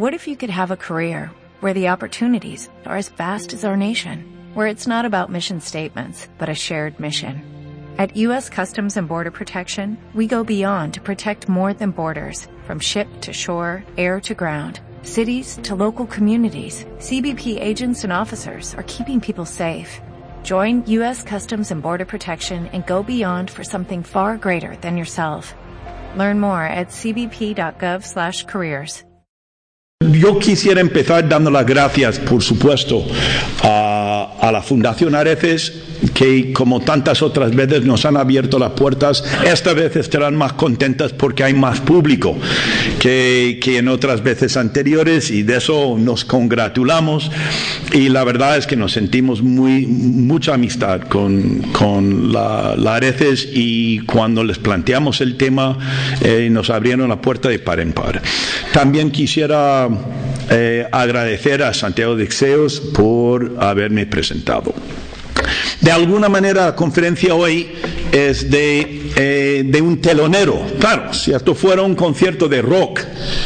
What if you could have a career where the opportunities are as vast as our nation, where it's not about mission statements, but a shared mission? At U.S. Customs and Border Protection, we go beyond to protect more than borders, from ship to shore, air to ground, cities to local communities. CBP agents and officers are keeping people safe. Join U.S. Customs and Border Protection and go beyond for something far greater than yourself. Learn more at cbp.gov/careers. Yo quisiera empezar dando las gracias, por supuesto, a la Fundación Areces, que como tantas otras veces nos han abierto las puertas. Esta vez estarán más contentas porque hay más público que en otras veces anteriores, y de eso nos congratulamos, y la verdad es que nos sentimos mucha amistad con la Areces, y cuando les planteamos el tema nos abrieron la puerta de par en par. También quisiera agradecer a Santiago de Exeos por haberme presentado. De alguna manera la conferencia hoy es de un telonero. Claro, si esto fuera un concierto de rock,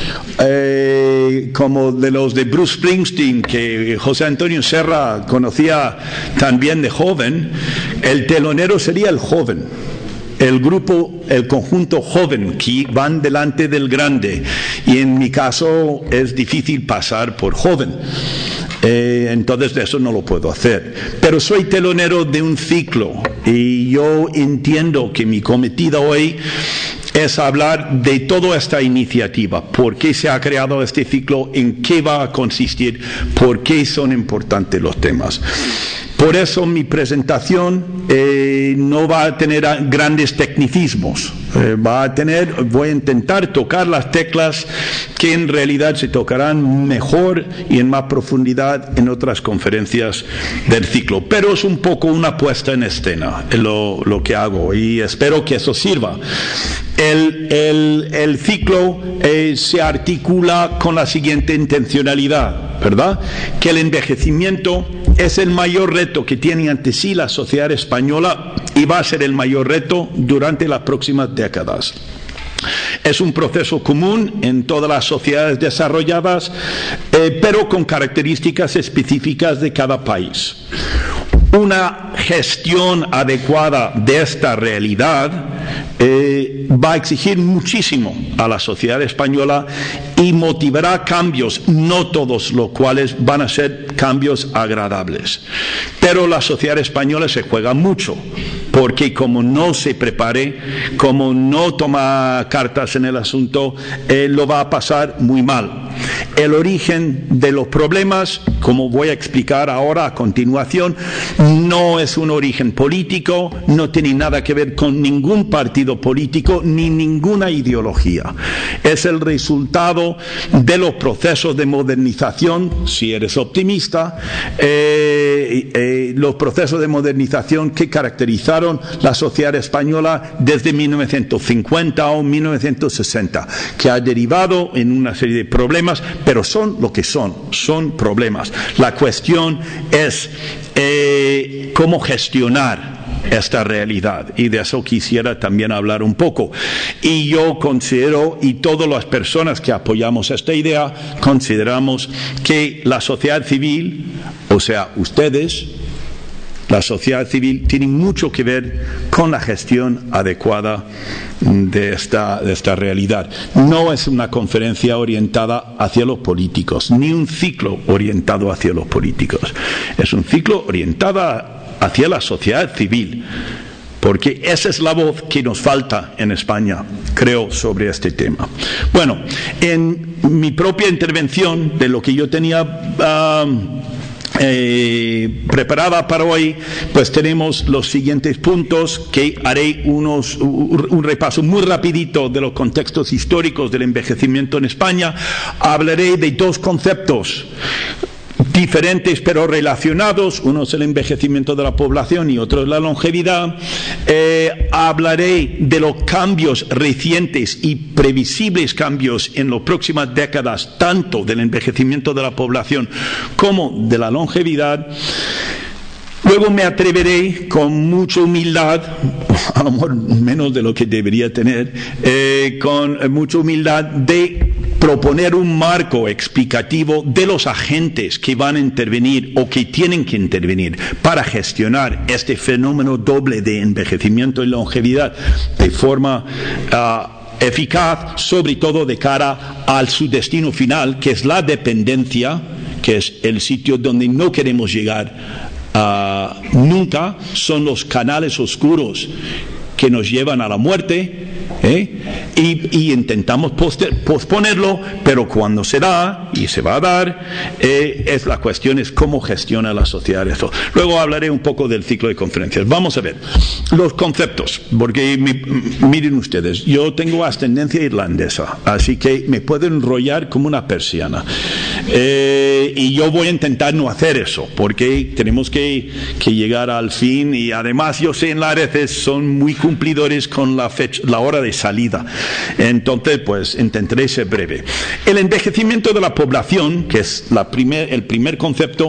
como de los de Bruce Springsteen, que José Antonio Serra conocía también de joven, el telonero sería el joven. El grupo, el conjunto joven que van delante del grande, y en mi caso es difícil pasar por joven, entonces de eso no lo puedo hacer, pero soy telonero de un ciclo, y yo entiendo que mi cometido hoy es hablar de toda esta iniciativa, por qué se ha creado este ciclo, en qué va a consistir, por qué son importantes los temas. Por eso mi presentación no va a tener grandes tecnicismos. Voy a intentar tocar las teclas que en realidad se tocarán mejor y en más profundidad en otras conferencias del ciclo. Pero es un poco una puesta en escena lo que hago, y espero que eso sirva. El ciclo se articula con la siguiente intencionalidad, ¿verdad? Que el envejecimiento es el mayor reto que tiene ante sí la sociedad española, y va a ser el mayor reto durante las próximas décadas. Es un proceso común en todas las sociedades desarrolladas, pero con características específicas de cada país. Una gestión adecuada de esta realidad va a exigir muchísimo a la sociedad española y motivará cambios, no todos los cuales van a ser cambios agradables. Pero la sociedad española se juega mucho, porque como no se prepare, como no toma cartas en el asunto, lo va a pasar muy mal. El origen de los problemas, como voy a explicar ahora a continuación, no es un origen político, no tiene nada que ver con ningún partido político ni ninguna ideología. Es el resultado de los procesos de modernización, si eres optimista, los procesos de modernización que caracterizaron la sociedad española desde 1950 o 1960, que ha derivado en una serie de problemas, pero son lo que son problemas. La cuestión es cómo gestionar esta realidad, y de eso quisiera también hablar un poco. Y yo considero, y todas las personas que apoyamos esta idea, consideramos que la sociedad civil, o sea, ustedes, la sociedad civil, tiene mucho que ver con la gestión adecuada de esta realidad. No es una conferencia orientada hacia los políticos, ni un ciclo orientado hacia los políticos. Es un ciclo orientado hacia la sociedad civil, porque esa es la voz que nos falta en España, creo, sobre este tema. Bueno, en mi propia intervención, de lo que yo tenía preparada para hoy, pues tenemos los siguientes puntos, que haré un repaso muy rapidito de los contextos históricos del envejecimiento en España. Hablaré de dos conceptos diferentes pero relacionados, uno es el envejecimiento de la población y otro es la longevidad. Hablaré de los cambios recientes y previsibles cambios en las próximas décadas, tanto del envejecimiento de la población como de la longevidad. Luego me atreveré con mucha humildad, a lo mejor menos de lo que debería tener, con mucha humildad, de proponer un marco explicativo de los agentes que van a intervenir o que tienen que intervenir para gestionar este fenómeno doble de envejecimiento y longevidad de forma eficaz, sobre todo de cara a su destino final, que es la dependencia, que es el sitio donde no queremos llegar nunca, son los canales oscuros que nos llevan a la muerte, y intentamos posponerlo, pero cuando se da, y se va a dar, la cuestión es cómo gestiona la sociedad eso. Luego hablaré un poco del ciclo de conferencias. Vamos a ver los conceptos, porque miren ustedes, yo tengo ascendencia irlandesa, así que me puedo enrollar como una persiana, y yo voy a intentar no hacer eso, porque tenemos que llegar al fin, y además yo sé en la RC son muy cumplidores con la hora de salida. Entonces, pues intentaré ser breve. El envejecimiento de la población, que es el primer concepto,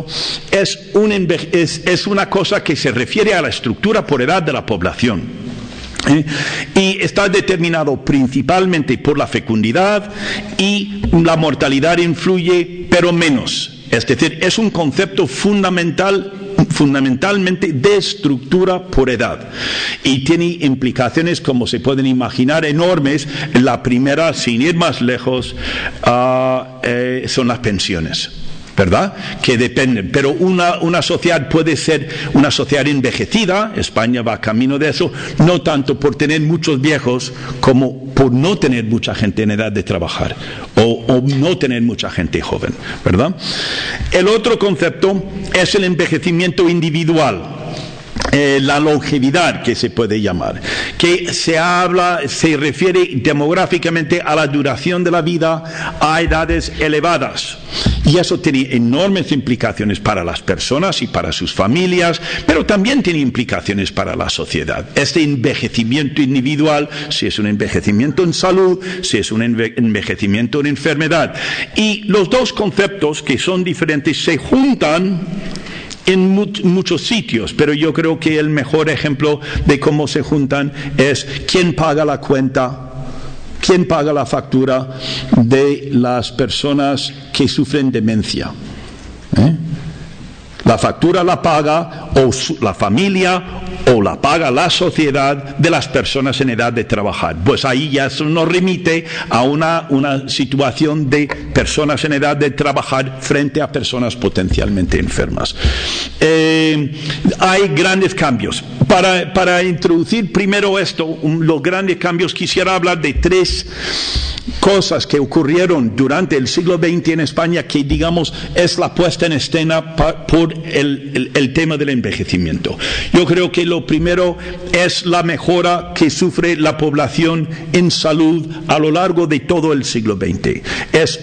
es una cosa que se refiere a la estructura por edad de la población. Y está determinado principalmente por la fecundidad, y la mortalidad influye, pero menos. Es decir, es un concepto fundamentalmente de estructura por edad, y tiene implicaciones, como se pueden imaginar, enormes. La primera, sin ir más lejos, son las pensiones, ¿verdad? Que dependen, pero una sociedad puede ser una sociedad envejecida. España va camino de eso, no tanto por tener muchos viejos como por no tener mucha gente en edad de trabajar, o no tener mucha gente joven, ¿verdad? El otro concepto es el envejecimiento individual, la longevidad, que se puede llamar, que se refiere demográficamente a la duración de la vida a edades elevadas, y eso tiene enormes implicaciones para las personas y para sus familias, pero también tiene implicaciones para la sociedad. Este envejecimiento individual, si es un envejecimiento en salud, si es un envejecimiento en enfermedad, y los dos conceptos, que son diferentes, se juntan en muchos sitios, pero yo creo que el mejor ejemplo de cómo se juntan es quién paga la cuenta, quién paga la factura de las personas que sufren demencia. La factura la paga o la familia, o la paga la sociedad de las personas en edad de trabajar. Pues ahí ya eso nos remite a una situación de personas en edad de trabajar frente a personas potencialmente enfermas. Hay grandes cambios. Para introducir primero los grandes cambios, quisiera hablar de tres cosas que ocurrieron durante el siglo XX en España, que digamos es la puesta en escena por el tema del envejecimiento. Yo creo que lo primero es la mejora que sufre la población en salud a lo largo de todo el siglo XX. Es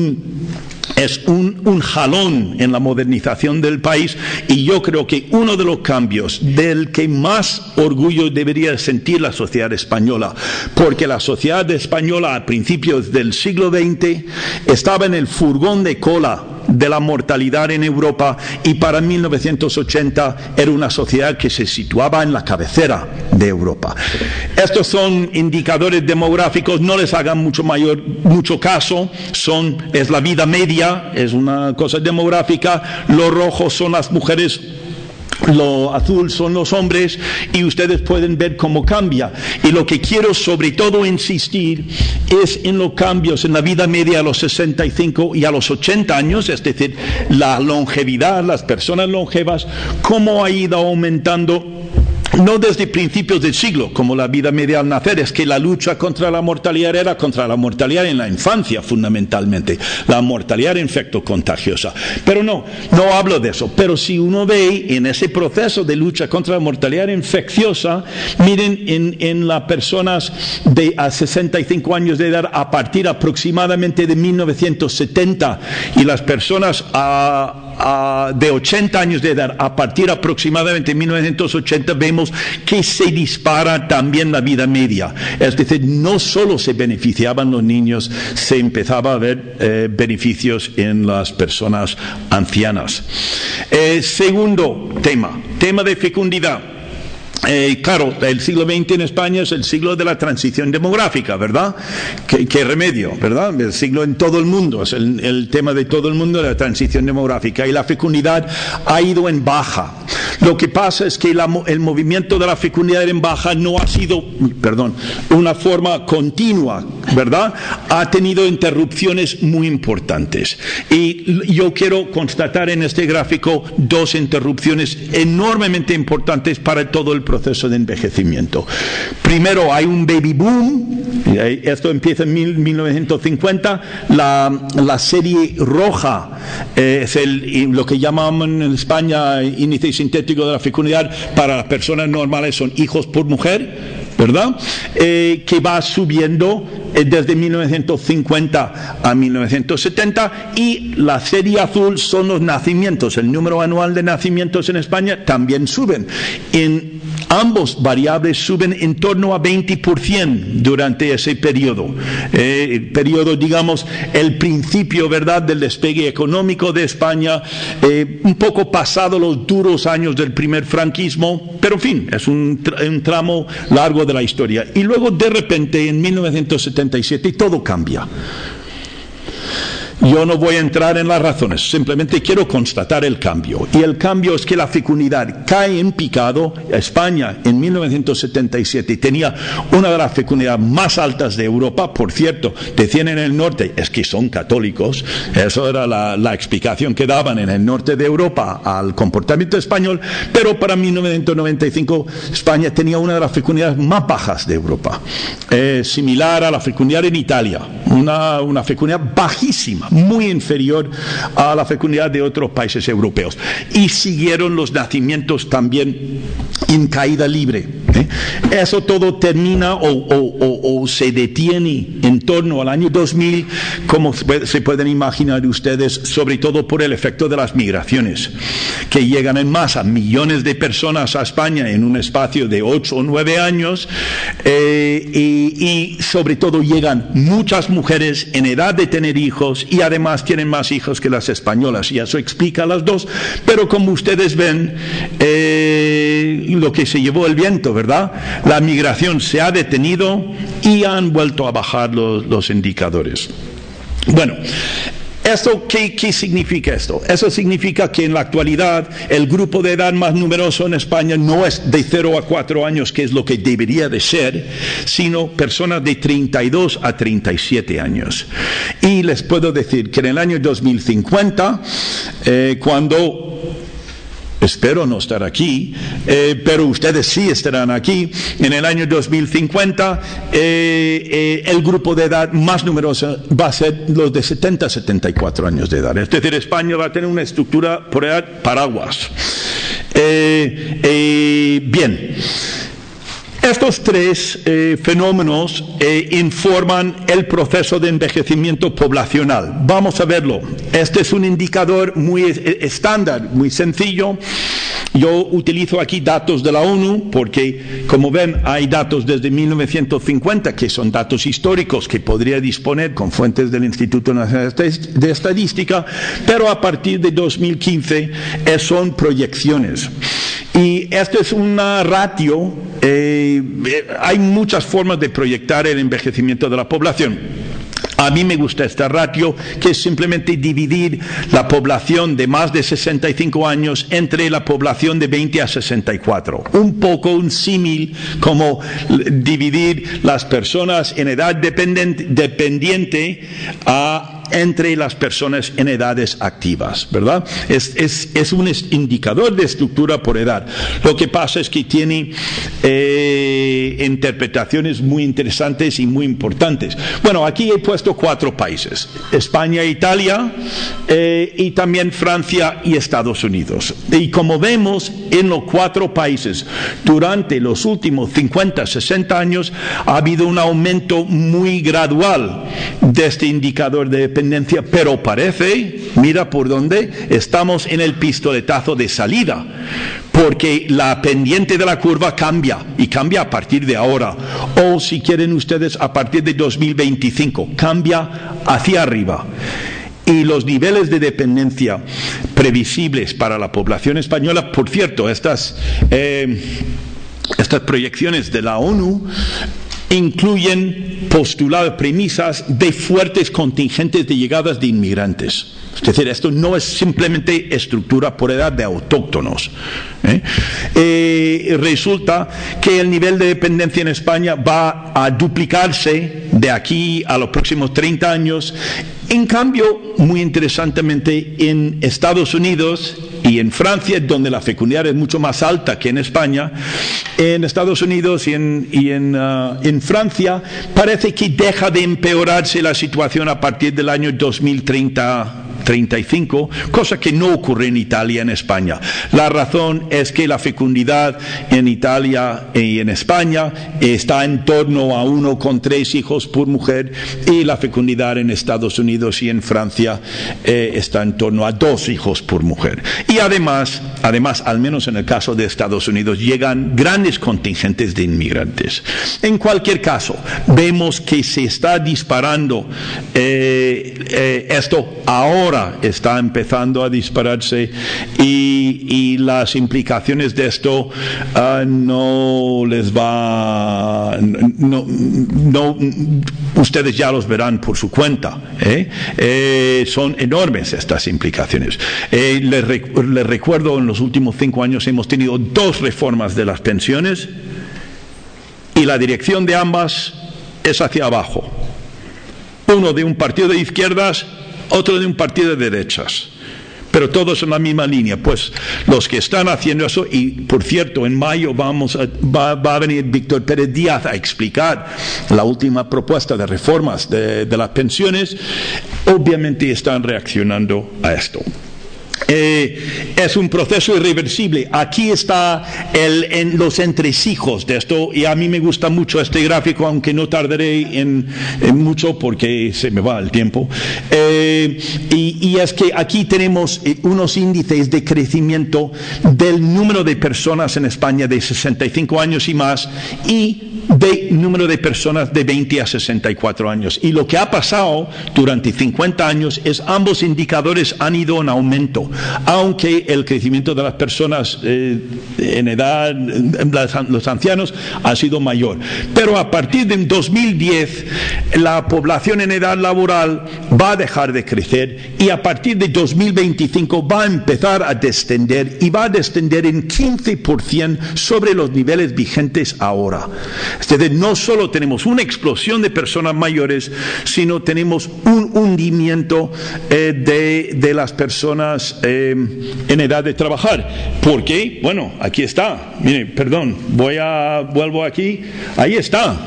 un jalón en la modernización del país, y yo creo que uno de los cambios del que más orgullo debería sentir la sociedad española, porque la sociedad española a principios del siglo XX estaba en el furgón de cola de la mortalidad en Europa, y para 1980 era una sociedad que se situaba en la cabecera de Europa. Estos son indicadores demográficos, no les hagan mucho caso, es la vida media, es una cosa demográfica. Lo rojo son las mujeres, lo azul son los hombres, y ustedes pueden ver cómo cambia. Y lo que quiero sobre todo insistir es en los cambios en la vida media a los 65 y a los 80 años, es decir, la longevidad, las personas longevas, cómo ha ido aumentando. No desde principios del siglo, como la vida media al nacer, es que la lucha contra la mortalidad era contra la mortalidad en la infancia, fundamentalmente, la mortalidad infectocontagiosa. Pero no hablo de eso. Pero si uno ve en ese proceso de lucha contra la mortalidad infecciosa, miren en las personas de a 65 años de edad a partir aproximadamente de 1970, y las personas de 80 años de edad a partir aproximadamente de 1980, vemos que se dispara también la vida media. Es decir, no solo se beneficiaban los niños, se empezaba a ver beneficios en las personas ancianas. Segundo tema de fecundidad. Claro, el siglo XX en España es el siglo de la transición demográfica, ¿verdad? ¿Qué remedio, verdad? El siglo en todo el mundo, es el tema de todo el mundo, la transición demográfica, y la fecundidad ha ido en baja. Lo que pasa es que el movimiento de la fecundidad en baja no ha sido, una forma continua, ¿verdad? Ha tenido interrupciones muy importantes. Y yo quiero constatar en este gráfico dos interrupciones enormemente importantes para todo el proceso de envejecimiento. Primero, hay un baby boom. Esto empieza en 1950. La serie roja es lo que llaman en España índice sintético de la fecundidad. Para las personas normales son hijos por mujer, ¿verdad? Que va subiendo desde 1950 a 1970, y la serie azul son los nacimientos. El número anual de nacimientos en España también suben. En ambos variables suben en torno a 20% durante ese periodo. El periodo, digamos, el principio, ¿verdad?, del despegue económico de España, un poco pasado los duros años del primer franquismo, pero en fin, es un tramo largo de la historia. Y luego, de repente, en 1977, todo cambia. Yo no voy a entrar en las razones, simplemente quiero constatar el cambio. Y el cambio es que la fecundidad cae en picado. España en 1977 tenía una de las fecundidades más altas de Europa. Por cierto, decían en el norte, es que son católicos. Eso era la explicación que daban en el norte de Europa al comportamiento español. Pero para 1995 España tenía una de las fecundidades más bajas de Europa. Similar a la fecundidad en Italia. Una fecundidad bajísima, muy inferior a la fecundidad de otros países europeos. Y siguieron los nacimientos también en caída libre. Eso todo termina o se detiene en torno al año 2000, como se pueden imaginar ustedes, sobre todo por el efecto de las migraciones, que llegan en masa, millones de personas a España en un espacio de 8 o 9 años, y sobre todo llegan muchas mujeres en edad de tener hijos, y además tienen más hijos que las españolas, y eso explica las dos. Pero como ustedes ven, lo que se llevó el viento, ¿verdad? La migración se ha detenido y han vuelto a bajar los indicadores. Bueno, ¿Qué significa esto? Eso significa que en la actualidad el grupo de edad más numeroso en España no es de 0 a 4 años, que es lo que debería de ser, sino personas de 32 a 37 años. Y les puedo decir que en el año 2050, cuando... espero no estar aquí, pero ustedes sí estarán aquí. En el año 2050, el grupo de edad más numeroso va a ser los de 70 a 74 años de edad. Es decir, España va a tener una estructura por edad paraguas. Bien. Estos tres fenómenos informan el proceso de envejecimiento poblacional. Vamos a verlo. Este es un indicador muy estándar, muy sencillo. Yo utilizo aquí datos de la ONU porque, como ven, hay datos desde 1950 que son datos históricos que podría disponer con fuentes del Instituto Nacional de Estadística, pero a partir de 2015 son proyecciones. Y esto es una ratio. Hay muchas formas de proyectar el envejecimiento de la población. A mí me gusta esta ratio, que es simplemente dividir la población de más de 65 años entre la población de 20 a 64. Un poco un símil como dividir las personas en edad dependiente entre las personas en edades activas, ¿verdad? Es un indicador de estructura por edad. Lo que pasa es que tiene interpretaciones muy interesantes y muy importantes. Bueno, aquí he puesto 4 países: España, Italia, y también Francia y Estados Unidos. Y como vemos, en los 4 países, durante los últimos 50, 60 años, ha habido un aumento muy gradual de este indicador de dependencia, pero parece, mira por dónde, estamos en el pistoletazo de salida, porque la pendiente de la curva cambia, y cambia a partir de ahora, o si quieren ustedes, a partir de 2025, cambia hacia arriba. Y los niveles de dependencia previsibles para la población española, por cierto, estas estas proyecciones de la ONU incluyen postulados, premisas de fuertes contingentes de llegadas de inmigrantes. Es decir, esto no es simplemente estructura por edad de autóctonos. Resulta que el nivel de dependencia en España va a duplicarse de aquí a los próximos 30 años. En cambio, muy interesantemente, en Estados Unidos y en Francia, donde la fecundidad es mucho más alta que en España, en Estados Unidos y en Francia, parece que deja de empeorarse la situación a partir del año 2035, cosa que no ocurre en Italia y en España. La razón es que la fecundidad en Italia y en España está en torno a 1,3 hijos por mujer, y la fecundidad en Estados Unidos y en Francia está en torno a 2 hijos por mujer. Y además, al menos en el caso de Estados Unidos, llegan grandes contingentes de inmigrantes. En cualquier caso, vemos que se está disparando esto ahora. Está empezando a dispararse, y las implicaciones de esto no les va, no ustedes ya los verán por su cuenta. Son enormes estas implicaciones. Les recuerdo, en los últimos 5 años hemos tenido 2 reformas de las pensiones, y la dirección de ambas es hacia abajo. Uno de un partido de izquierdas, otro de un partido de derechas, pero todos en la misma línea. Pues los que están haciendo eso, y por cierto, en mayo va a venir Víctor Pérez Díaz a explicar la última propuesta de reformas de las pensiones, obviamente están reaccionando a esto. Es un proceso irreversible. Aquí está en los entresijos de esto, y a mí me gusta mucho este gráfico, aunque no tardaré en mucho porque se me va el tiempo. Y es que aquí tenemos unos índices de crecimiento del número de personas en España de 65 años y más, y de número de personas de 20 a 64 años. Y lo que ha pasado durante 50 años es ambos indicadores han ido en aumento, aunque el crecimiento de las personas en edad, los ancianos, ha sido mayor. Pero a partir de 2010 la población en edad laboral va a dejar de crecer, y a partir de 2025 va a empezar a descender, y va a descender en 15% sobre los niveles vigentes ahora. Es decir, no solo tenemos una explosión de personas mayores, sino tenemos un hundimiento de las personas en edad de trabajar. ¿Por qué? Bueno, aquí está. Mire, perdón, vuelvo aquí. Ahí está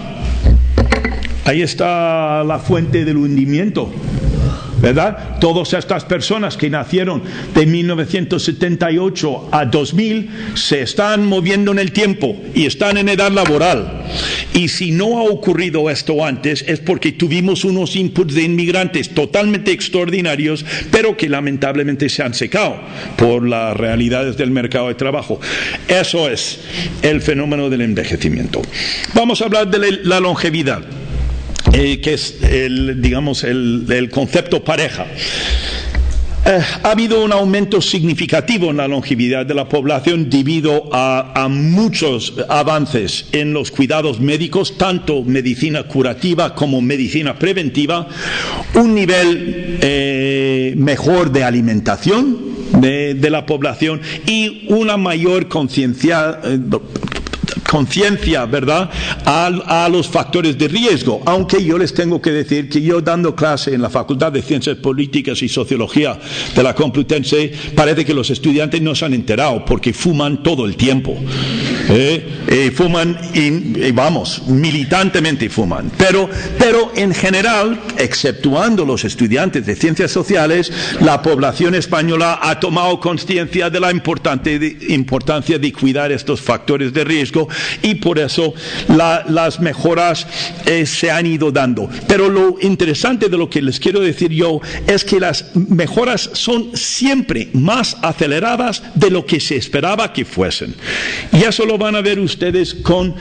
la fuente del hundimiento, ¿verdad? Todas estas personas que nacieron de 1978 a 2000 se están moviendo en el tiempo y están en edad laboral. Y si no ha ocurrido esto antes, es porque tuvimos unos inputs de inmigrantes totalmente extraordinarios, pero que lamentablemente se han secado por las realidades del mercado de trabajo. Eso es el fenómeno del envejecimiento. Vamos a hablar de la longevidad, que es el concepto pareja. Ha habido un aumento significativo en la longevidad de la población debido a muchos avances en los cuidados médicos, tanto medicina curativa como medicina preventiva, un nivel mejor de alimentación de la población, y una mayor conciencia, ¿verdad?, a los factores de riesgo. Aunque yo les tengo que decir que yo, dando clase en la Facultad de Ciencias Políticas y Sociología de la Complutense, parece que los estudiantes no se han enterado, porque fuman todo el tiempo. Fuman y vamos, militantemente fuman. Pero en general, exceptuando los estudiantes de Ciencias Sociales, la población española ha tomado conciencia de la importancia de cuidar estos factores de riesgo, y por eso las mejoras se han ido dando. Pero lo interesante de lo que les quiero decir yo es que las mejoras son siempre más aceleradas de lo que se esperaba que fuesen, y eso lo van a ver ustedes con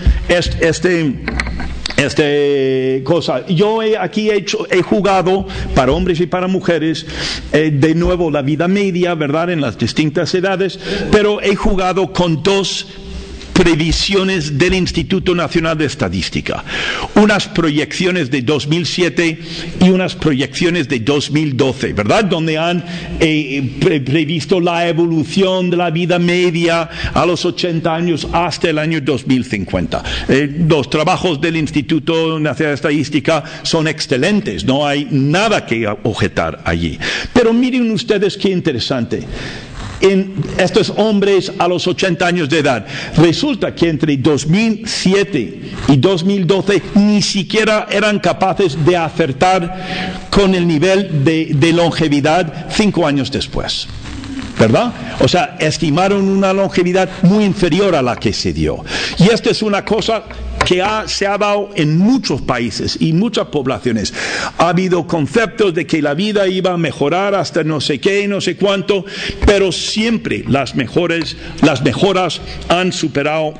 cosa. Yo aquí he jugado para hombres y para mujeres, de nuevo la vida media, ¿verdad?, en las distintas edades, pero he jugado con 2 previsiones del Instituto Nacional de Estadística, unas proyecciones de 2007 y unas proyecciones de 2012, ¿verdad? Donde han previsto la evolución de la vida media a los 80 años hasta el año 2050. Los trabajos del Instituto Nacional de Estadística son excelentes, no hay nada que objetar allí. Pero miren ustedes qué interesante. En estos hombres a los 80 años de edad, resulta que entre 2007 y 2012 ni siquiera eran capaces de acertar con el nivel de longevidad 5 años después, ¿verdad? O sea, estimaron una longevidad muy inferior a la que se dio. Y esta es una cosa que se ha dado en muchos países y muchas poblaciones. Ha habido conceptos de que la vida iba a mejorar hasta no sé qué, no sé cuánto, pero siempre las mejoras han superado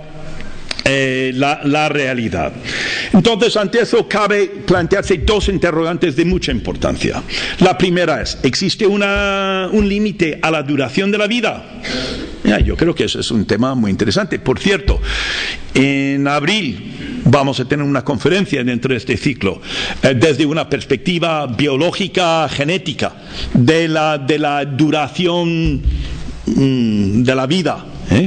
la realidad. Entonces, ante eso cabe plantearse dos interrogantes de mucha importancia. La primera es, ¿existe un límite a la duración de la vida? Yo creo que ese es un tema muy interesante. Por cierto, en abril vamos a tener una conferencia dentro de este ciclo desde una perspectiva biológica, genética de la duración de la vida.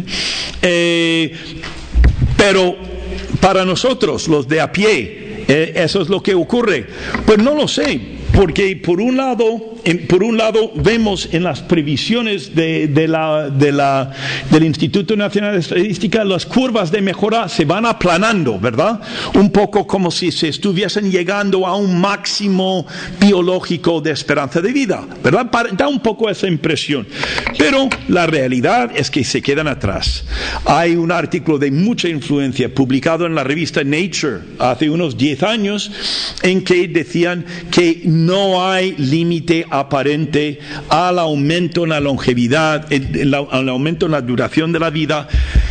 Pero para nosotros, los de a pie, eso es lo que ocurre. Pues no lo sé, porque por un lado vemos en las previsiones del Instituto Nacional de Estadística, las curvas de mejora se van aplanando, ¿verdad? Un poco como si se estuviesen llegando a un máximo biológico de esperanza de vida, ¿verdad? Da un poco esa impresión. Pero la realidad es que se quedan atrás. Hay un artículo de mucha influencia publicado en la revista Nature hace unos 10 años en que decían que no hay límite aparente al aumento en la longevidad, al aumento en la duración de la vida.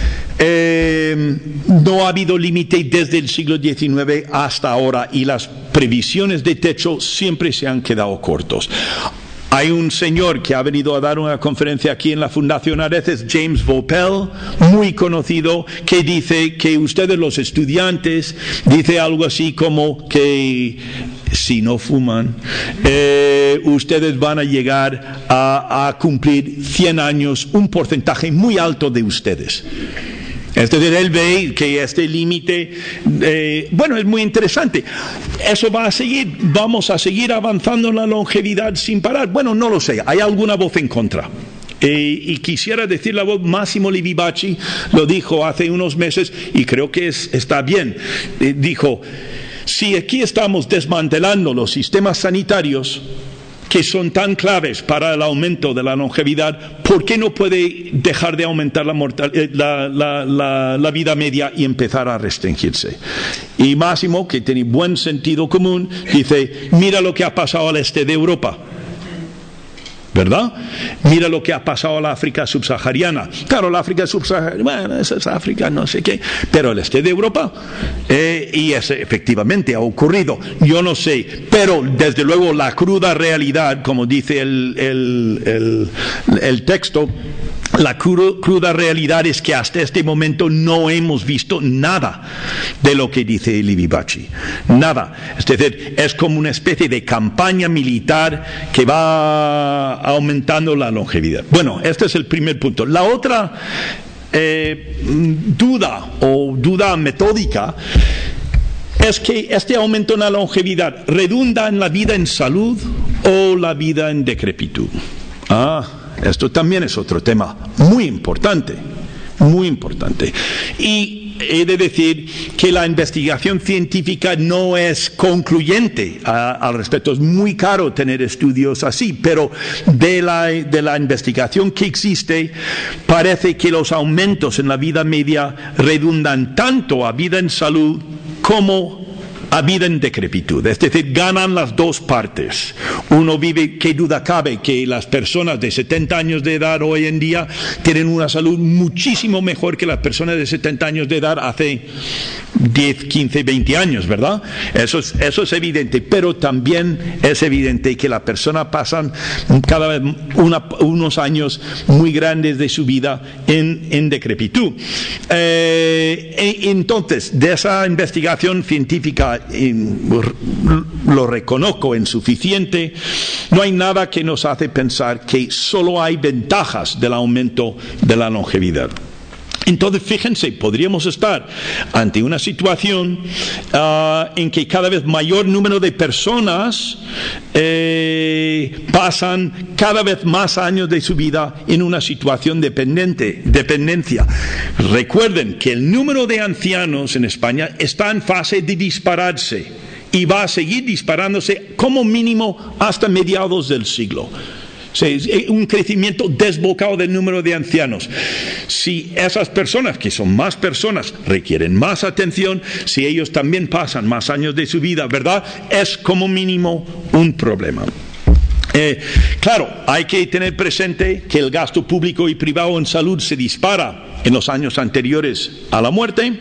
No ha habido límite desde el siglo XIX hasta ahora y las previsiones de techo siempre se han quedado cortos. Hay un señor que ha venido a dar una conferencia aquí en la Fundación Areces, James Vaupel, muy conocido, que dice que ustedes los estudiantes, dice algo así como que si no fuman, ustedes van a llegar a cumplir 100 años, un porcentaje muy alto de ustedes. Es decir, él ve que este límite, es muy interesante. Eso va a seguir, vamos a seguir avanzando en la longevidad sin parar. Bueno, no lo sé, hay alguna voz en contra. Y quisiera decir la voz, Massimo Livi Bacci lo dijo hace unos meses y creo que está bien. Dijo, si aquí estamos desmantelando los sistemas sanitarios que son tan claves para el aumento de la longevidad, ¿por qué no puede dejar de aumentar la vida media y empezar a restringirse? Y Máximo, que tiene buen sentido común, dice, mira lo que ha pasado al este de Europa, ¿verdad? Mira lo que ha pasado a la África subsahariana. Claro, la África subsahariana, bueno, esa es África, no sé qué, pero el este de Europa, y eso efectivamente ha ocurrido. Yo no sé, pero desde luego la cruda realidad, como dice el texto, la cruda realidad es que hasta este momento no hemos visto nada de lo que dice Livi Bacci. Nada. Es decir, es como una especie de campaña militar que va aumentando la longevidad. Bueno, este es el primer punto. La otra duda metódica es que este aumento en la longevidad redunda en la vida en salud o la vida en decrepitud. Esto también es otro tema muy importante, muy importante. Y he de decir que la investigación científica no es concluyente al respecto. Es muy caro tener estudios así, pero de la investigación que existe, parece que los aumentos en la vida media redundan tanto a vida en salud como a vida en decrepitud. Es decir, ganan las dos partes. Uno vive, qué duda cabe, que las personas de 70 años de edad hoy en día tienen una salud muchísimo mejor que las personas de 70 años de edad hace 10, 15, 20 años, ¿verdad? Eso es evidente, pero también es evidente que las personas pasan cada vez unos años muy grandes de su vida en decrepitud. Entonces, de esa investigación científica, lo reconozco insuficiente, no hay nada que nos hace pensar que solo hay ventajas del aumento de la longevidad. Entonces, fíjense, podríamos estar ante una situación en que cada vez mayor número de personas pasan cada vez más años de su vida en una situación de dependencia. Recuerden que el número de ancianos en España está en fase de dispararse y va a seguir disparándose como mínimo hasta mediados del siglo. Un crecimiento desbocado del número de ancianos. Si esas personas, que son más personas, requieren más atención, si ellos también pasan más años de su vida, ¿verdad? Es como mínimo un problema. Claro, hay que tener presente que el gasto público y privado en salud se dispara en los años anteriores a la muerte,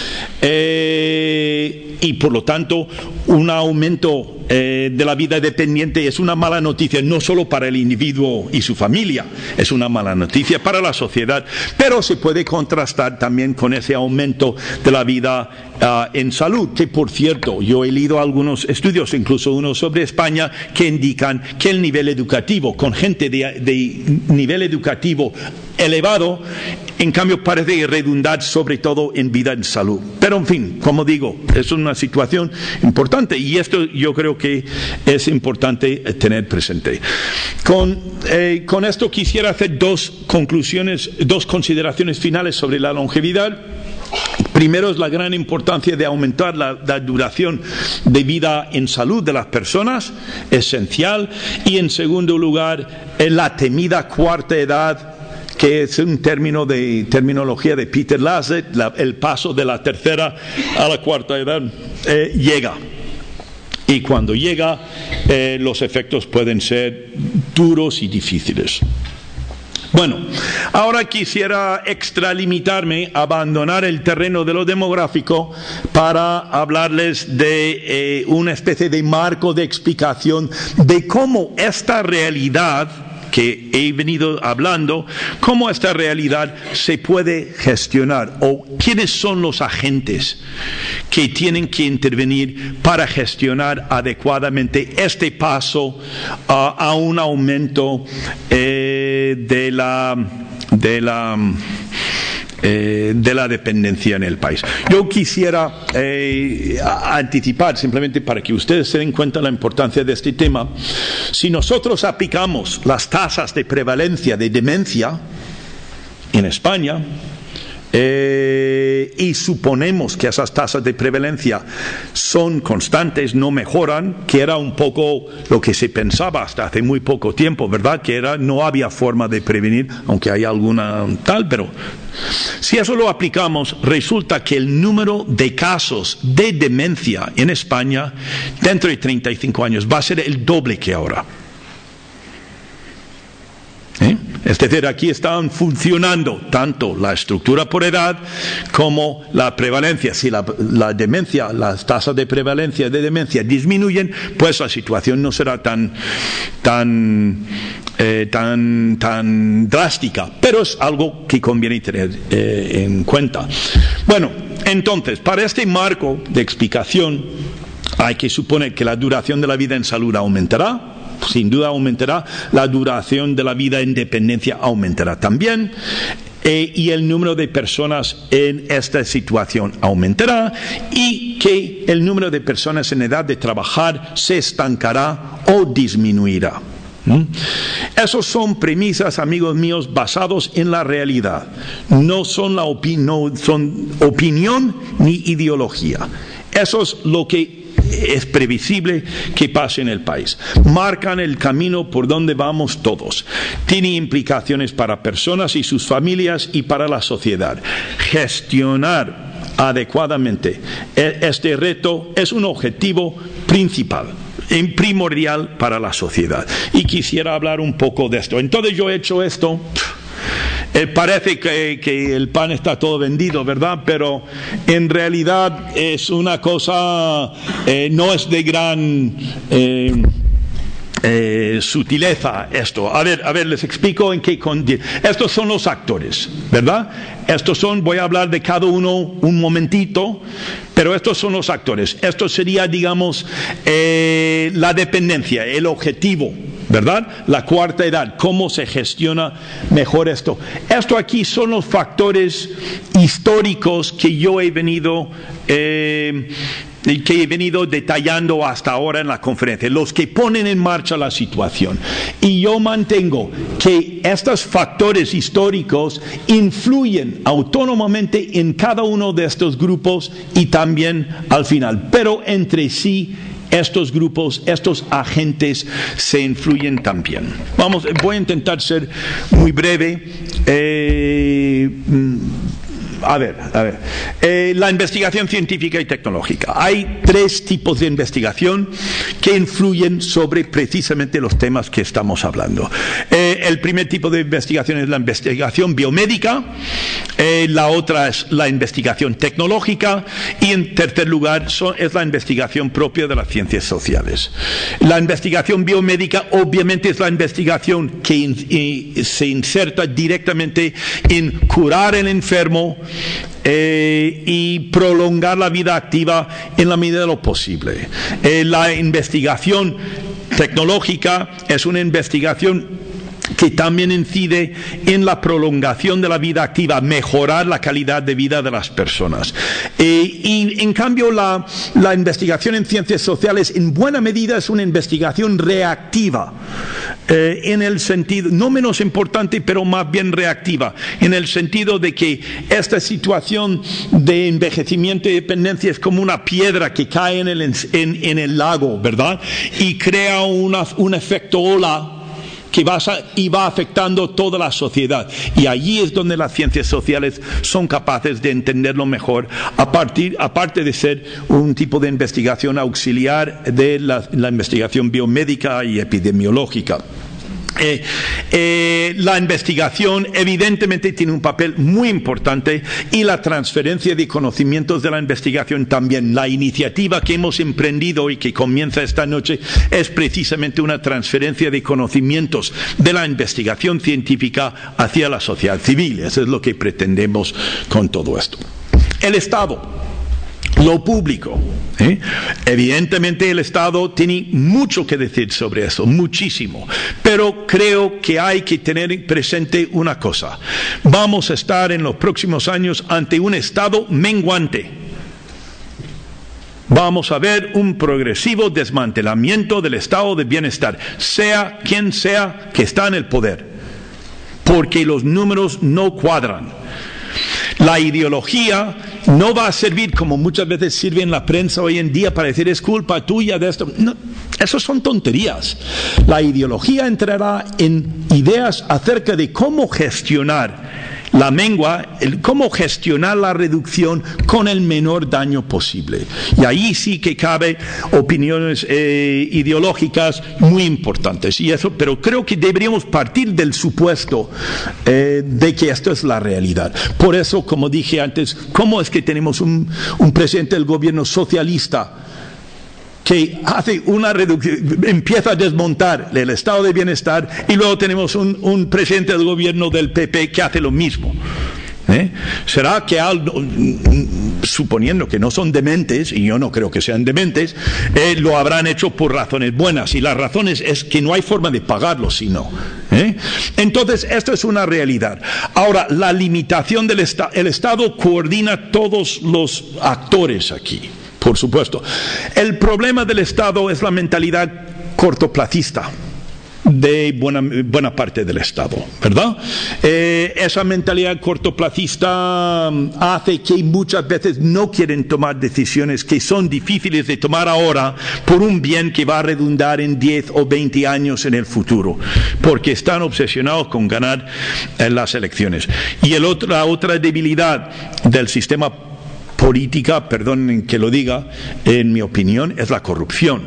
y por lo tanto un aumento de la vida dependiente es una mala noticia, no solo para el individuo y su familia, es una mala noticia para la sociedad, pero se puede contrastar también con ese aumento de la vida en salud, que por cierto, yo he leído algunos estudios, incluso uno sobre España, que indican que el nivel educativo, con gente de nivel educativo elevado, en cambio parece redundar sobre todo en vida en salud. Pero en fin, como digo, es una situación importante y esto yo creo que es importante tener presente. Con esto quisiera hacer dos consideraciones finales sobre la longevidad. Primero es la gran importancia de aumentar la duración de vida en salud de las personas, esencial, y en segundo lugar la temida cuarta edad, que es un terminología de Peter Lancet, el paso de la tercera a la cuarta edad llega. Y cuando llega, los efectos pueden ser duros y difíciles. Bueno, ahora quisiera extralimitarme, abandonar el terreno de lo demográfico para hablarles de una especie de marco de explicación de cómo esta realidad que he venido hablando, cómo esta realidad se puede gestionar o quiénes son los agentes que tienen que intervenir para gestionar adecuadamente este paso a un aumento de la dependencia en el país. Yo quisiera anticipar, simplemente para que ustedes se den cuenta de la importancia de este tema. Si nosotros aplicamos las tasas de prevalencia de demencia en España, y suponemos que esas tasas de prevalencia son constantes, no mejoran, que era un poco lo que se pensaba hasta hace muy poco tiempo, ¿verdad? Que no había forma de prevenir, aunque hay alguna tal, pero si eso lo aplicamos, resulta que el número de casos de demencia en España dentro de 35 años va a ser el doble que ahora. Es decir, aquí están funcionando tanto la estructura por edad como la prevalencia. Si la demencia, las tasas de prevalencia de demencia disminuyen, pues la situación no será tan drástica. Pero es algo que conviene tener en cuenta. Bueno, entonces, para este marco de explicación, hay que suponer que la duración de la vida en salud aumentará. Sin duda aumentará, la duración de la vida en dependencia aumentará también, y el número de personas en esta situación aumentará, y que el número de personas en edad de trabajar se estancará o disminuirá. Esos son premisas, amigos míos, basados en la realidad. No son son opinión ni ideología. Eso es lo que es previsible que pase en el país. Marcan el camino por donde vamos todos. Tiene implicaciones para personas y sus familias y para la sociedad. Gestionar adecuadamente este reto es un objetivo principal, primordial para la sociedad. Y quisiera hablar un poco de esto. Entonces yo he hecho esto. Parece que el pan está todo vendido, ¿verdad? Pero en realidad es una cosa, no es de gran sutileza esto. A ver, les explico en qué consiste. Estos son los actores, ¿verdad? Voy a hablar de cada uno un momentito, pero estos son los actores. Esto sería, digamos, la dependencia, el objetivo, ¿verdad? La cuarta edad, cómo se gestiona mejor esto. Esto aquí son los factores históricos que yo he venido detallando hasta ahora en la conferencia, los que ponen en marcha la situación. Y yo mantengo que estos factores históricos influyen autónomamente en cada uno de estos grupos y también al final, pero entre sí estos grupos, estos agentes se influyen también. Voy a intentar ser muy breve. La investigación científica y tecnológica. Hay 3 tipos de investigación que influyen sobre precisamente los temas que estamos hablando. El primer tipo de investigación es la investigación biomédica, la otra es la investigación tecnológica y en tercer lugar es la investigación propia de las ciencias sociales. La investigación biomédica obviamente es la investigación que se inserta directamente en curar al enfermo y prolongar la vida activa en la medida de lo posible. La investigación tecnológica es una investigación que también incide en la prolongación de la vida activa, mejorar la calidad de vida de las personas. Y en cambio la investigación en ciencias sociales en buena medida es una investigación reactiva, en el sentido, no menos importante, pero más bien reactiva, en el sentido de que esta situación de envejecimiento y dependencia es como una piedra que cae en el lago, ¿verdad? Y crea un efecto ola que va afectando toda la sociedad, y allí es donde las ciencias sociales son capaces de entenderlo mejor, aparte de ser un tipo de investigación auxiliar de la investigación biomédica y epidemiológica. La investigación evidentemente tiene un papel muy importante, y la transferencia de conocimientos de la investigación también. La iniciativa que hemos emprendido y que comienza esta noche es precisamente una transferencia de conocimientos de la investigación científica hacia la sociedad civil. Eso es lo que pretendemos con todo esto. El Estado. Lo público. Evidentemente el Estado tiene mucho que decir sobre eso, muchísimo. Pero creo que hay que tener presente una cosa. Vamos a estar en los próximos años ante un Estado menguante. Vamos a ver un progresivo desmantelamiento del estado de bienestar, sea quien sea que está en el poder, porque los números no cuadran. La ideología no va a servir, como muchas veces sirve en la prensa hoy en día, para decir es culpa tuya de esto. No, eso son tonterías. La ideología entrará en ideas acerca de cómo gestionar la mengua, cómo gestionar la reducción con el menor daño posible. Y ahí sí que cabe opiniones ideológicas muy importantes. Pero creo que deberíamos partir del supuesto de que esto es la realidad. Por eso, como dije antes, ¿cómo es que tenemos un presidente del gobierno socialista que hace una reducción, empieza a desmontar el estado de bienestar, y luego tenemos un presidente del gobierno del PP que hace lo mismo? ¿Será que suponiendo que no son dementes, y yo no creo que sean dementes, lo habrán hecho por razones buenas, y las razones es que no hay forma de pagarlo si no? Entonces esto es una realidad. Ahora, la limitación del Estado. El Estado coordina todos los actores aquí, por supuesto. El problema del Estado es la mentalidad cortoplacista de buena parte del Estado, ¿verdad? Esa mentalidad cortoplacista hace que muchas veces no quieren tomar decisiones que son difíciles de tomar ahora por un bien que va a redundar en 10 o 20 años en el futuro, porque están obsesionados con ganar las elecciones. Y la otra debilidad del sistema política, perdonen que lo diga, en mi opinión, es la corrupción.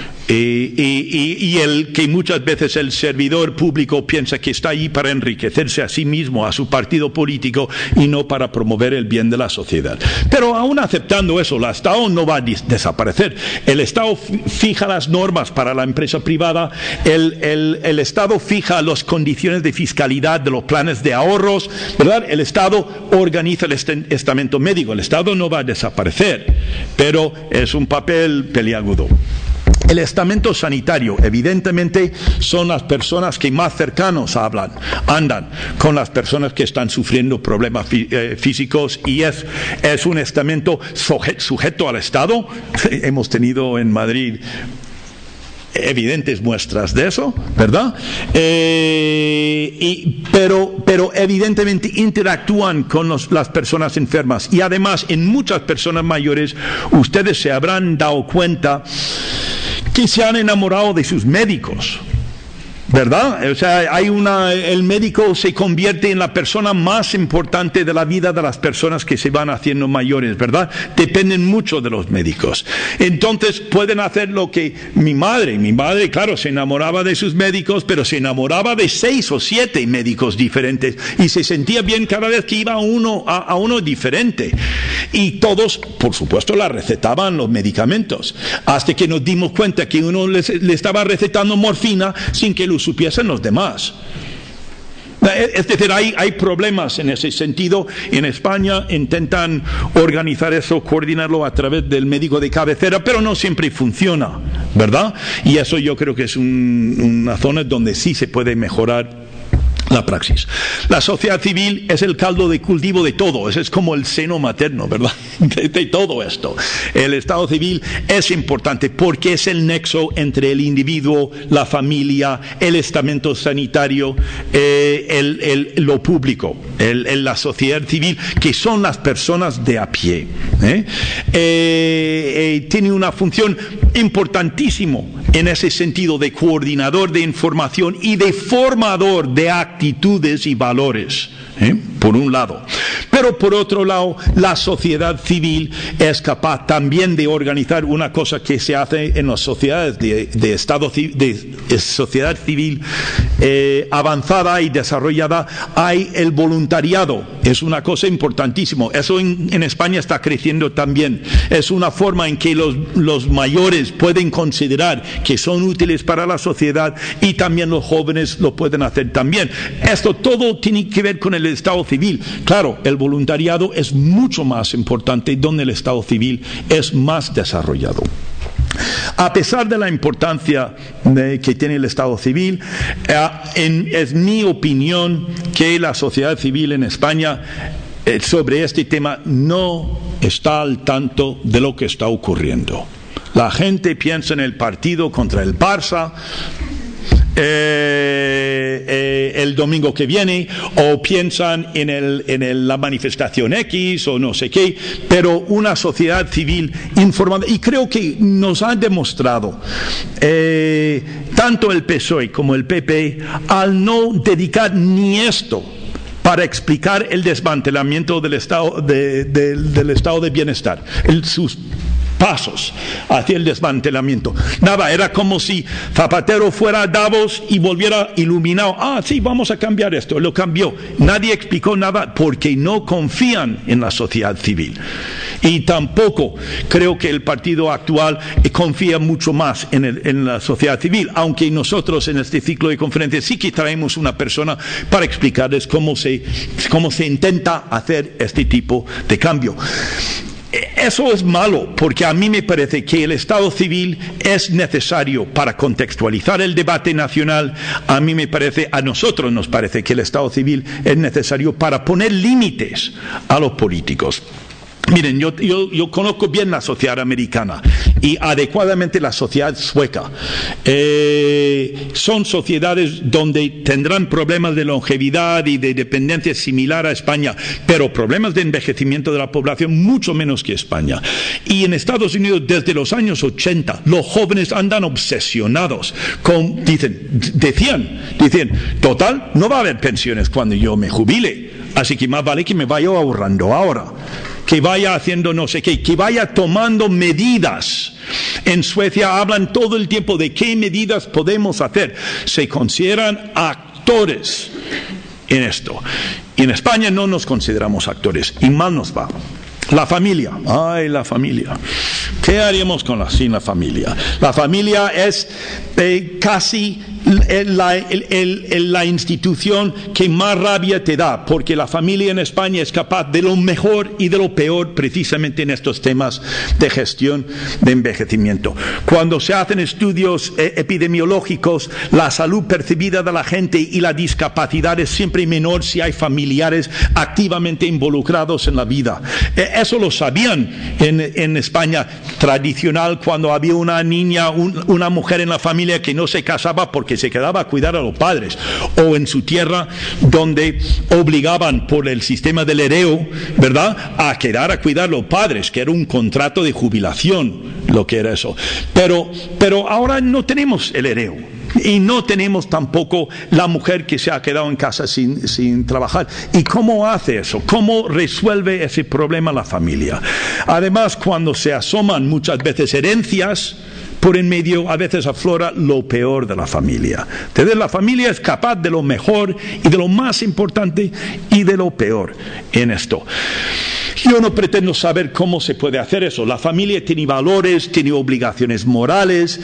Y el que muchas veces el servidor público piensa que está allí para enriquecerse a sí mismo, a su partido político, y no para promover el bien de la sociedad. Pero aún aceptando eso, el Estado no va a desaparecer. El Estado fija las normas para la empresa privada, el Estado fija las condiciones de fiscalidad de los planes de ahorros, ¿verdad? El Estado organiza el estamento médico. El Estado no va a desaparecer, pero es un papel peliagudo. El estamento sanitario, evidentemente, son las personas que más cercanos andan con las personas que están sufriendo problemas físicos, y es un estamento sujeto al Estado. Hemos tenido en Madrid evidentes muestras de eso, ¿verdad? Pero evidentemente interactúan con las personas enfermas, y además en muchas personas mayores ustedes se habrán dado cuenta que se han enamorado de sus médicos, ¿verdad? O sea, el médico se convierte en la persona más importante de la vida de las personas que se van haciendo mayores, ¿verdad? Dependen mucho de los médicos. Entonces pueden hacer lo que mi madre, claro, se enamoraba de sus médicos, pero se enamoraba de 6 o 7 médicos diferentes, y se sentía bien cada vez que iba a uno diferente. Y todos, por supuesto, la recetaban los medicamentos, hasta que nos dimos cuenta que uno le estaba recetando morfina sin que lo supiesen los demás. Es decir, hay problemas en ese sentido. En España intentan organizar eso, coordinarlo a través del médico de cabecera, pero no siempre funciona, ¿verdad? Y eso yo creo que es una zona donde sí se puede mejorar la praxis. La sociedad civil es el caldo de cultivo de todo. Ese es como el seno materno, ¿verdad? De todo esto. El Estado civil es importante porque es el nexo entre el individuo, la familia, el estamento sanitario, lo público, la sociedad civil, que son las personas de a pie. Tiene una función importantísima en ese sentido de coordinador de información y de formador de actitudes y valores, por un lado. Pero por otro lado, la sociedad civil es capaz también de organizar una cosa que se hace en las sociedades de sociedad civil avanzada y desarrollada. Hay el voluntariado, es una cosa importantísima. Eso en España está creciendo también. Es una forma en que los mayores pueden considerar que son útiles para la sociedad, y también los jóvenes lo pueden hacer también. Esto todo tiene que ver con el Estado civil. Claro, el voluntariado es mucho más importante donde el Estado civil es más desarrollado. A pesar de la importancia que tiene el Estado civil, es mi opinión que la sociedad civil en España sobre este tema no está al tanto de lo que está ocurriendo. La gente piensa en el partido contra el Barça el domingo que viene, o piensan en la manifestación X o no sé qué, pero una sociedad civil informada, y creo que nos han demostrado tanto el PSOE como el PP, al no dedicar ni esto para explicar el desmantelamiento del estado del estado de bienestar, sus pasos hacia el desmantelamiento. Nada, era como si Zapatero fuera a Davos y volviera iluminado. Sí, vamos a cambiar esto. Lo cambió. Nadie explicó nada porque no confían en la sociedad civil. Y tampoco creo que el partido actual confía mucho más en la sociedad civil, aunque nosotros en este ciclo de conferencias sí que traemos una persona para explicarles cómo se intenta hacer este tipo de cambio. Eso es malo, porque a mí me parece que el Estado civil es necesario para contextualizar el debate nacional. A nosotros nos parece que el Estado civil es necesario para poner límites a los políticos. Miren, yo conozco bien la sociedad americana y adecuadamente la sociedad sueca. Son sociedades donde tendrán problemas de longevidad y de dependencia similar a España, pero problemas de envejecimiento de la población mucho menos que España. Y en Estados Unidos, desde los años 80, los jóvenes andan obsesionados con, decían, total, no va a haber pensiones cuando yo me jubile, así que más vale que me vaya ahorrando ahora. que vaya haciendo no sé qué, que vaya tomando medidas. En Suecia hablan todo el tiempo de qué medidas podemos hacer. Se consideran actores en esto. Y en España no nos consideramos actores, y mal nos va. La familia, la familia. ¿Qué haríamos sin la familia? La familia es casi la institución que más rabia te da, porque la familia en España es capaz de lo mejor y de lo peor precisamente en estos temas de gestión de envejecimiento. Cuando se hacen estudios epidemiológicos, la salud percibida de la gente y la discapacidad es siempre menor si hay familiares activamente involucrados en la vida. Eso lo sabían en España tradicional, cuando había una niña, una mujer en la familia que no se casaba porque se quedaba a cuidar a los padres, o en su tierra donde obligaban por el sistema del hereo, ¿verdad?, a quedar a cuidar a los padres, que era un contrato de jubilación, lo que era eso. Pero ahora no tenemos el hereo. Y no tenemos tampoco la mujer que se ha quedado en casa sin trabajar. ¿Y cómo hace eso? ¿Cómo resuelve ese problema la familia? Además, cuando se asoman muchas veces herencias por en medio, a veces aflora lo peor de la familia. Entonces la familia es capaz de lo mejor y de lo más importante y de lo peor en esto. Yo no pretendo saber cómo se puede hacer eso. La familia tiene valores, tiene obligaciones morales,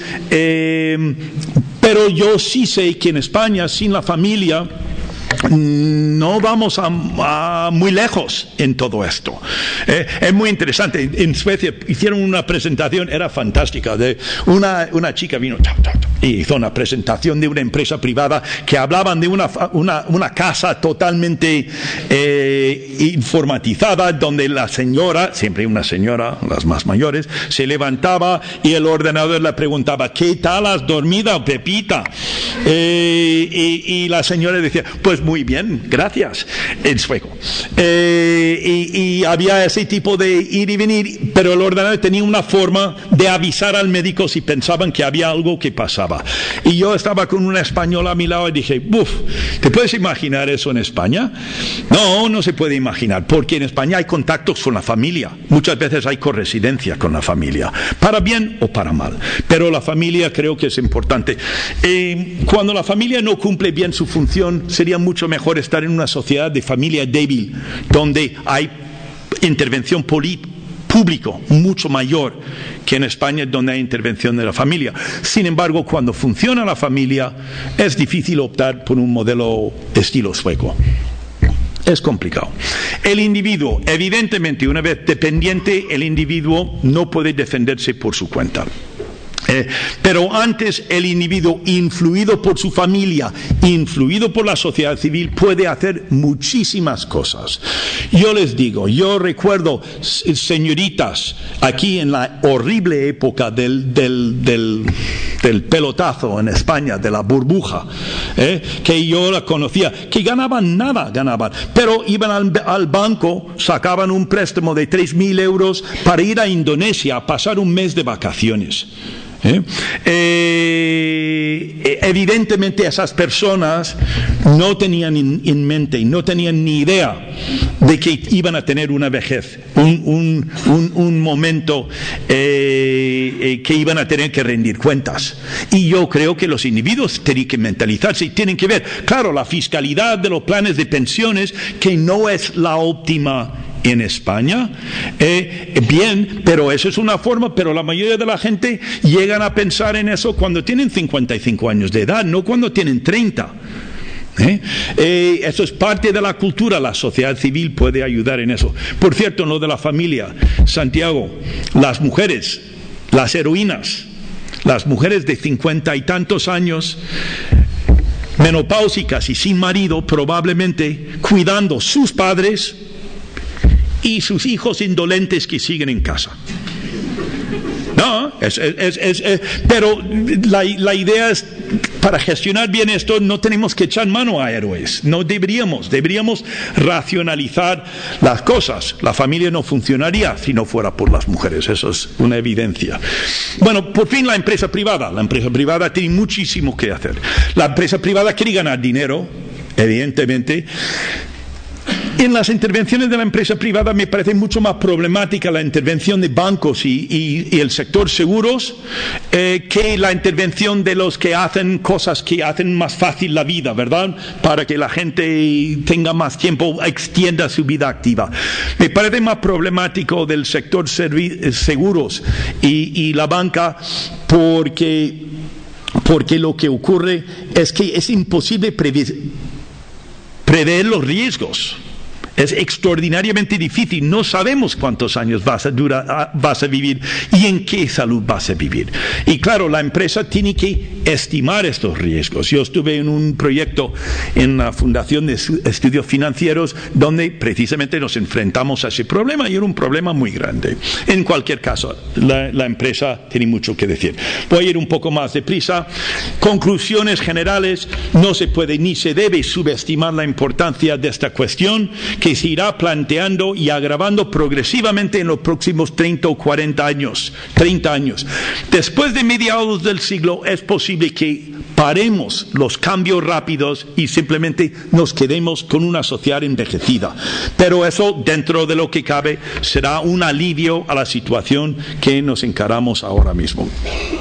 pero yo sí sé que en España, sin la familia, no vamos a muy lejos en todo esto. Es muy interesante. En Suecia hicieron una presentación, era fantástica, de una chica vino y hizo una presentación de una empresa privada que hablaban de una casa totalmente informatizada, donde la señora, siempre una señora, las más mayores, se levantaba y el ordenador le preguntaba: ¿qué tal has dormido, Pepita? Y la señora decía: pues muy bien, gracias, en sueco. Y había ese tipo de ir y venir, pero el ordenador tenía una forma de avisar al médico si pensaban que había algo que pasaba. Y yo estaba con una española a mi lado y dije: ¡buf! ¿Te puedes imaginar eso en España? No se puede imaginar, porque en España hay contactos con la familia. Muchas veces hay corresidencia con la familia, para bien o para mal. Pero la familia creo que es importante. Cuando la familia no cumple bien su función, sería mucho mejor estar en una sociedad de familia débil, donde hay intervención público mucho mayor que en España, donde hay intervención de la familia. Sin embargo, cuando funciona la familia, es difícil optar por un modelo estilo sueco. Es complicado. El individuo, evidentemente, una vez dependiente, el individuo no puede defenderse por su cuenta. Pero antes, el individuo, influido por su familia, influido por la sociedad civil, puede hacer muchísimas cosas. Yo les digo, yo recuerdo, señoritas, aquí en la horrible época del pelotazo en España, de la burbuja, que yo la conocía, que ganaban, pero iban al banco, sacaban un préstamo de 3.000 euros para ir a Indonesia a pasar un mes de vacaciones. Evidentemente esas personas no tenían en mente y no tenían ni idea de que iban a tener una vejez, un momento que iban a tener que rendir cuentas. Y yo creo que los individuos tienen que mentalizarse y tienen que ver, claro, la fiscalidad de los planes de pensiones, que no es la óptima en España, bien, pero eso es una forma, pero la mayoría de la gente llegan a pensar en eso cuando tienen 55 años de edad, no cuando tienen 30. Eso es parte de la cultura, la sociedad civil puede ayudar en eso. Por cierto, en lo de la familia, Santiago, las mujeres, las heroínas, las mujeres de 50 y tantos años, menopáusicas y sin marido, probablemente cuidando sus padres y sus hijos indolentes que siguen en casa. No, pero la idea es, para gestionar bien esto, no tenemos que echar mano a héroes. No deberíamos racionalizar las cosas. La familia no funcionaría si no fuera por las mujeres. Eso es una evidencia. Bueno, por fin la empresa privada. La empresa privada tiene muchísimo que hacer. La empresa privada quiere ganar dinero, evidentemente. En las intervenciones de la empresa privada me parece mucho más problemática la intervención de bancos y el sector seguros que la intervención de los que hacen cosas que hacen más fácil la vida, ¿verdad? Para que la gente tenga más tiempo, extienda su vida activa. Me parece más problemático del sector seguros y la banca porque lo que ocurre es que es imposible prever los riesgos. Es extraordinariamente difícil. No sabemos cuántos años vas a vivir y en qué salud vas a vivir. Y claro, la empresa tiene que estimar estos riesgos. Yo estuve en un proyecto en la Fundación de Estudios Financieros donde precisamente nos enfrentamos a ese problema y era un problema muy grande. En cualquier caso, la empresa tiene mucho que decir. Voy a ir un poco más deprisa. Conclusiones generales. No se puede ni se debe subestimar la importancia de esta cuestión que se irá planteando y agravando progresivamente en los próximos 30 o 40 años, 30 años. Después de mediados del siglo es posible que paremos los cambios rápidos y simplemente nos quedemos con una sociedad envejecida. Pero eso, dentro de lo que cabe, será un alivio a la situación que nos encaramos ahora mismo.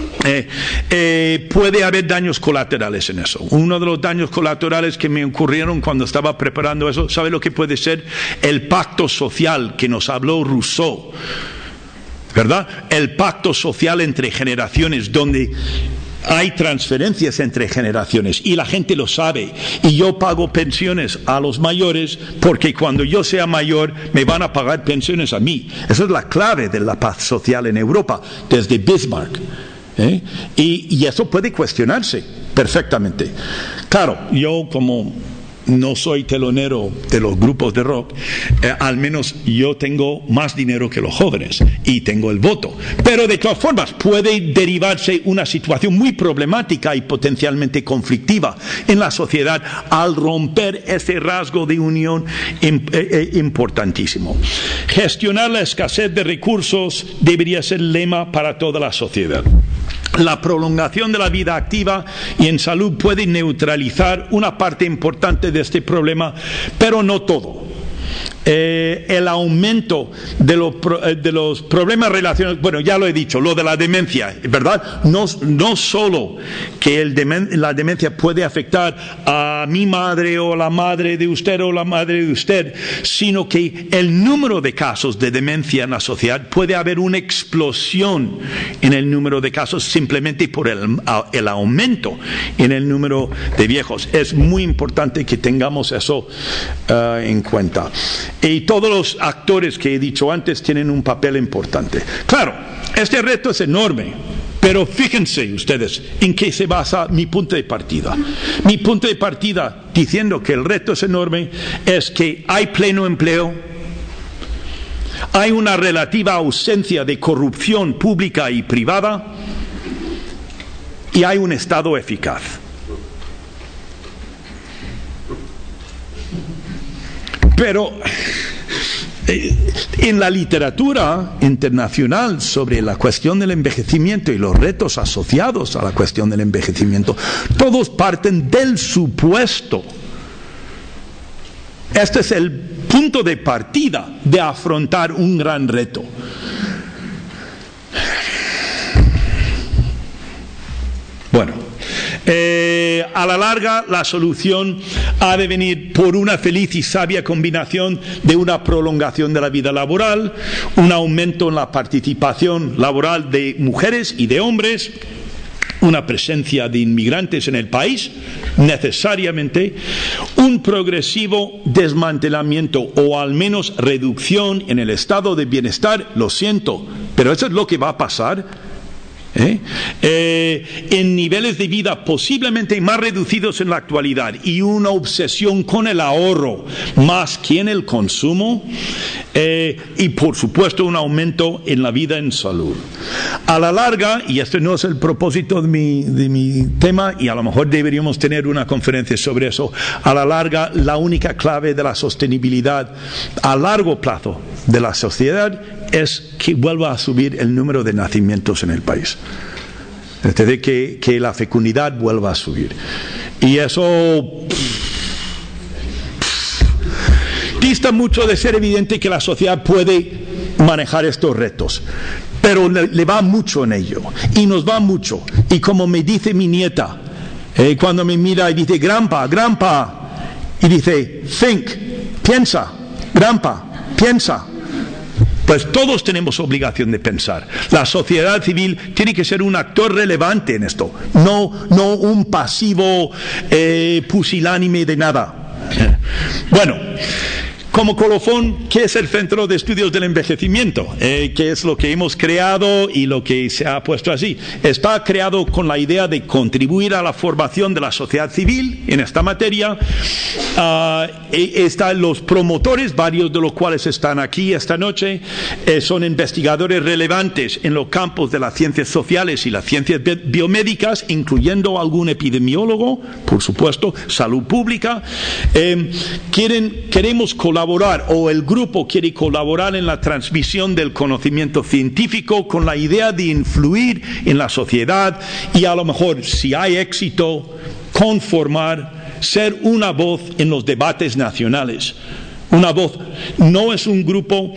Puede haber daños colaterales en eso. Uno de los daños colaterales que me ocurrieron cuando estaba preparando eso, ¿sabe lo que puede ser? El pacto social que nos habló Rousseau, ¿verdad? El pacto social entre generaciones, donde hay transferencias entre generaciones y la gente lo sabe. Y yo pago pensiones a los mayores porque cuando yo sea mayor me van a pagar pensiones a mí. Esa es la clave de la paz social en Europa, desde Bismarck. Y eso puede cuestionarse perfectamente. Claro, yo como no soy telonero de los grupos de rock, al menos yo tengo más dinero que los jóvenes y tengo el voto. Pero de todas formas puede derivarse una situación muy problemática y potencialmente conflictiva en la sociedad al romper ese rasgo de unión importantísimo. Gestionar la escasez de recursos debería ser el lema para toda la sociedad. La prolongación de la vida activa y en salud puede neutralizar una parte importante de este problema, pero no todo. El aumento de los problemas relacionados, bueno, ya lo he dicho, lo de la demencia, ¿verdad? No solo que la demencia puede afectar a mi madre o la madre de usted o la madre de usted, sino que el número de casos de demencia en la sociedad puede haber una explosión en el número de casos simplemente por el aumento en el número de viejos. Es muy importante que tengamos eso en cuenta. Y todos los actores que he dicho antes tienen un papel importante. Claro, este reto es enorme, pero fíjense ustedes en qué se basa mi punto de partida. Mi punto de partida, diciendo que el reto es enorme, es que hay pleno empleo, hay una relativa ausencia de corrupción pública y privada, y hay un Estado eficaz. Pero en la literatura internacional sobre la cuestión del envejecimiento y los retos asociados a la cuestión del envejecimiento, todos parten del supuesto. Este es el punto de partida de afrontar un gran reto. Bueno. A la larga, la solución ha de venir por una feliz y sabia combinación de una prolongación de la vida laboral, un aumento en la participación laboral de mujeres y de hombres, una presencia de inmigrantes en el país, necesariamente, un progresivo desmantelamiento o al menos reducción en el estado de bienestar, lo siento, pero eso es lo que va a pasar. En niveles de vida posiblemente más reducidos en la actualidad y una obsesión con el ahorro más que en el consumo y por supuesto un aumento en la vida en salud. A la larga, y este no es el propósito de mi tema y a lo mejor deberíamos tener una conferencia sobre eso, a la larga la única clave de la sostenibilidad a largo plazo de la sociedad es que vuelva a subir el número de nacimientos en el país. Es decir, que la fecundidad vuelva a subir. Y eso dista mucho de ser evidente que la sociedad puede manejar estos retos, pero le va mucho en ello, y nos va mucho. Y como me dice mi nieta, cuando me mira y dice, grandpa, y dice, think, piensa, grandpa, piensa. Pues todos tenemos obligación de pensar. La sociedad civil tiene que ser un actor relevante en esto, no un pasivo pusilánime de nada. Bueno, como colofón, ¿qué es el Centro de Estudios del Envejecimiento? ¿Qué es lo que hemos creado y lo que se ha puesto así? Está creado con la idea de contribuir a la formación de la sociedad civil en esta materia. Están los promotores, varios de los cuales están aquí esta noche. Son investigadores relevantes en los campos de las ciencias sociales y las ciencias biomédicas, incluyendo algún epidemiólogo, por supuesto, salud pública. Queremos colaborar, o el grupo quiere colaborar en la transmisión del conocimiento científico con la idea de influir en la sociedad y, a lo mejor, si hay éxito, conformar, ser una voz en los debates nacionales. Una voz. No es un grupo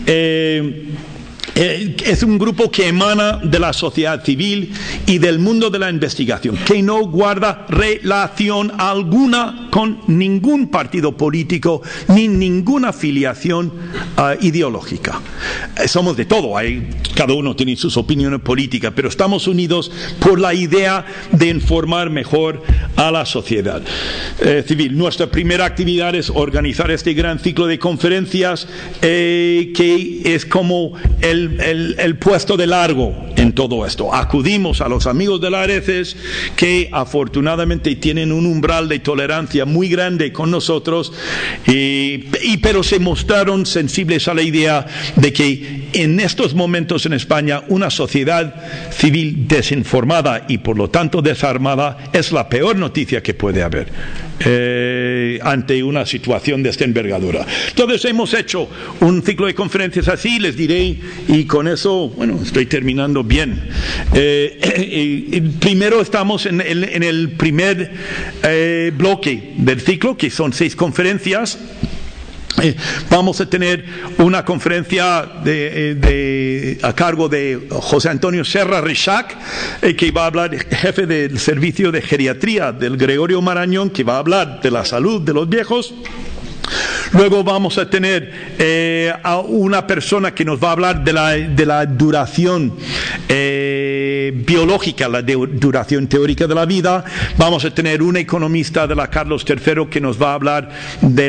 es un grupo que emana de la sociedad civil y del mundo de la investigación, que no guarda relación alguna con ningún partido político ni ninguna afiliación ideológica. Somos de todo, cada uno tiene sus opiniones políticas, pero estamos unidos por la idea de informar mejor a la sociedad civil. Nuestra primera actividad es organizar este gran ciclo de conferencias que es como el puesto de largo en todo esto. Acudimos a los amigos de la ARECES, que afortunadamente tienen un umbral de tolerancia muy grande con nosotros, pero se mostraron sensibles a la idea de que en estos momentos en España una sociedad civil desinformada y por lo tanto desarmada es la peor noticia que puede haber ante una situación de esta envergadura. Entonces hemos hecho un ciclo de conferencias así, les diré, y con eso, bueno, estoy terminando bien. Primero estamos en el primer bloque del ciclo, que son 6 conferencias. Vamos a tener una conferencia a cargo de José Antonio Serra Reixac, que va a hablar, jefe del servicio de geriatría del Gregorio Marañón, que va a hablar de la salud de los viejos. Luego vamos a tener a una persona que nos va a hablar de la duración biológica, la duración teórica de la vida. Vamos a tener un economista de la Carlos III que nos va a hablar de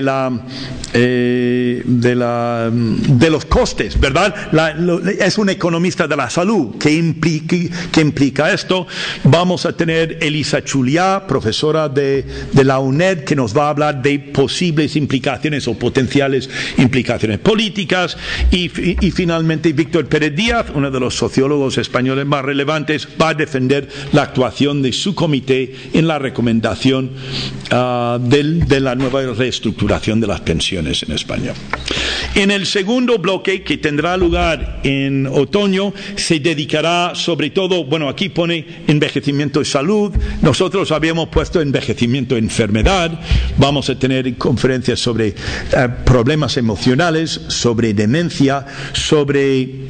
los costes, ¿verdad? Es un economista de la salud que implica esto. Vamos a tener Elisa Chuliá, profesora de la UNED, que nos va a hablar de posibles implicaciones o potenciales implicaciones políticas, y finalmente Víctor Pérez Díaz, uno de los sociólogos españoles más relevantes, va a defender la actuación de su comité en la recomendación de la nueva reestructuración de las pensiones en España. En el segundo bloque, que tendrá lugar en otoño, se dedicará sobre todo, bueno, aquí pone envejecimiento y salud, nosotros habíamos puesto envejecimiento y enfermedad. Vamos a tener conferencias sobre problemas emocionales, sobre demencia, sobre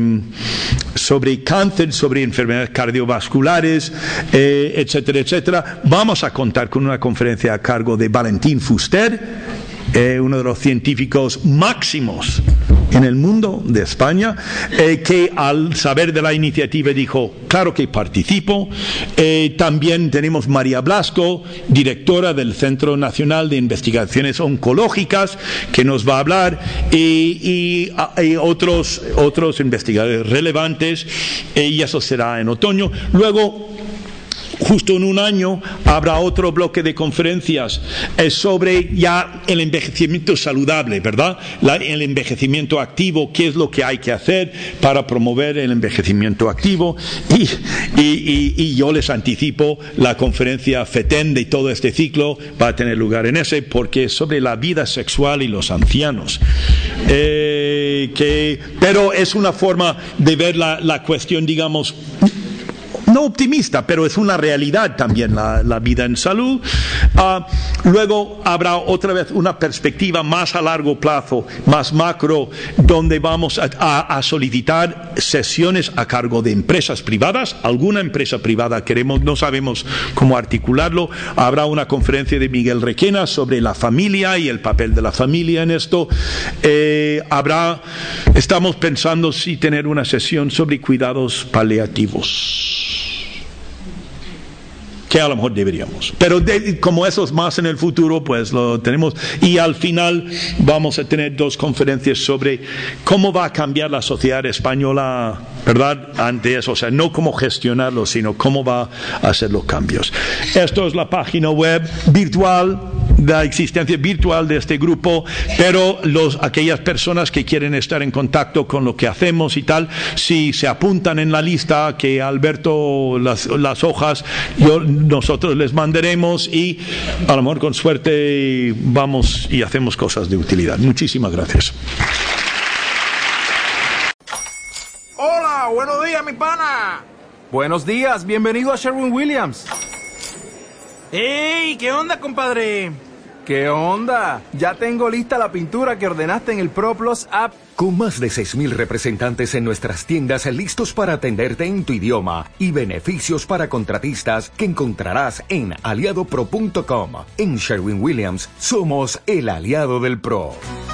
cáncer, sobre enfermedades cardiovasculares, etcétera, etcétera. Vamos a contar con una conferencia a cargo de Valentín Fuster, uno de los científicos máximos en el mundo de España, que al saber de la iniciativa dijo, claro que participo. También tenemos María Blasco, directora del Centro Nacional de Investigaciones Oncológicas, que nos va a hablar, y otros investigadores relevantes, y eso será en otoño. Luego, justo en un año, habrá otro bloque de conferencias sobre ya el envejecimiento saludable, ¿verdad? El envejecimiento activo, qué es lo que hay que hacer para promover el envejecimiento activo. Y yo les anticipo, la conferencia FETEN de todo este ciclo va a tener lugar en ese, porque es sobre la vida sexual y los ancianos. Pero es una forma de ver la cuestión, digamos, no optimista, pero es una realidad también la vida en salud. Luego habrá otra vez una perspectiva más a largo plazo, más macro, donde vamos a solicitar sesiones a cargo de empresas privadas. Alguna empresa privada queremos, no sabemos cómo articularlo. Habrá una conferencia de Miguel Requena sobre la familia y el papel de la familia en esto. Estamos pensando si tener una sesión sobre cuidados paliativos, que a lo mejor deberíamos, pero como eso es más en el futuro, pues lo tenemos. Y al final vamos a tener 2 conferencias sobre cómo va a cambiar la sociedad española, ¿verdad?, ante eso. O sea, no cómo gestionarlo, sino cómo va a hacer los cambios. Esto es la página web virtual, la existencia virtual de este grupo, pero aquellas personas que quieren estar en contacto con lo que hacemos y tal, si se apuntan en la lista que Alberto, las hojas, nosotros les mandaremos, y a lo mejor con suerte vamos y hacemos cosas de utilidad. Muchísimas gracias. Hola, buenos días, mi pana. Buenos días, bienvenido a Sherwin-Williams. ¡Ey! ¿Qué onda, compadre? ¿Qué onda? Ya tengo lista la pintura que ordenaste en el ProPlus app. Con más de 6,000 representantes en nuestras tiendas listos para atenderte en tu idioma y beneficios para contratistas que encontrarás en aliadopro.com. En Sherwin-Williams somos el aliado del pro.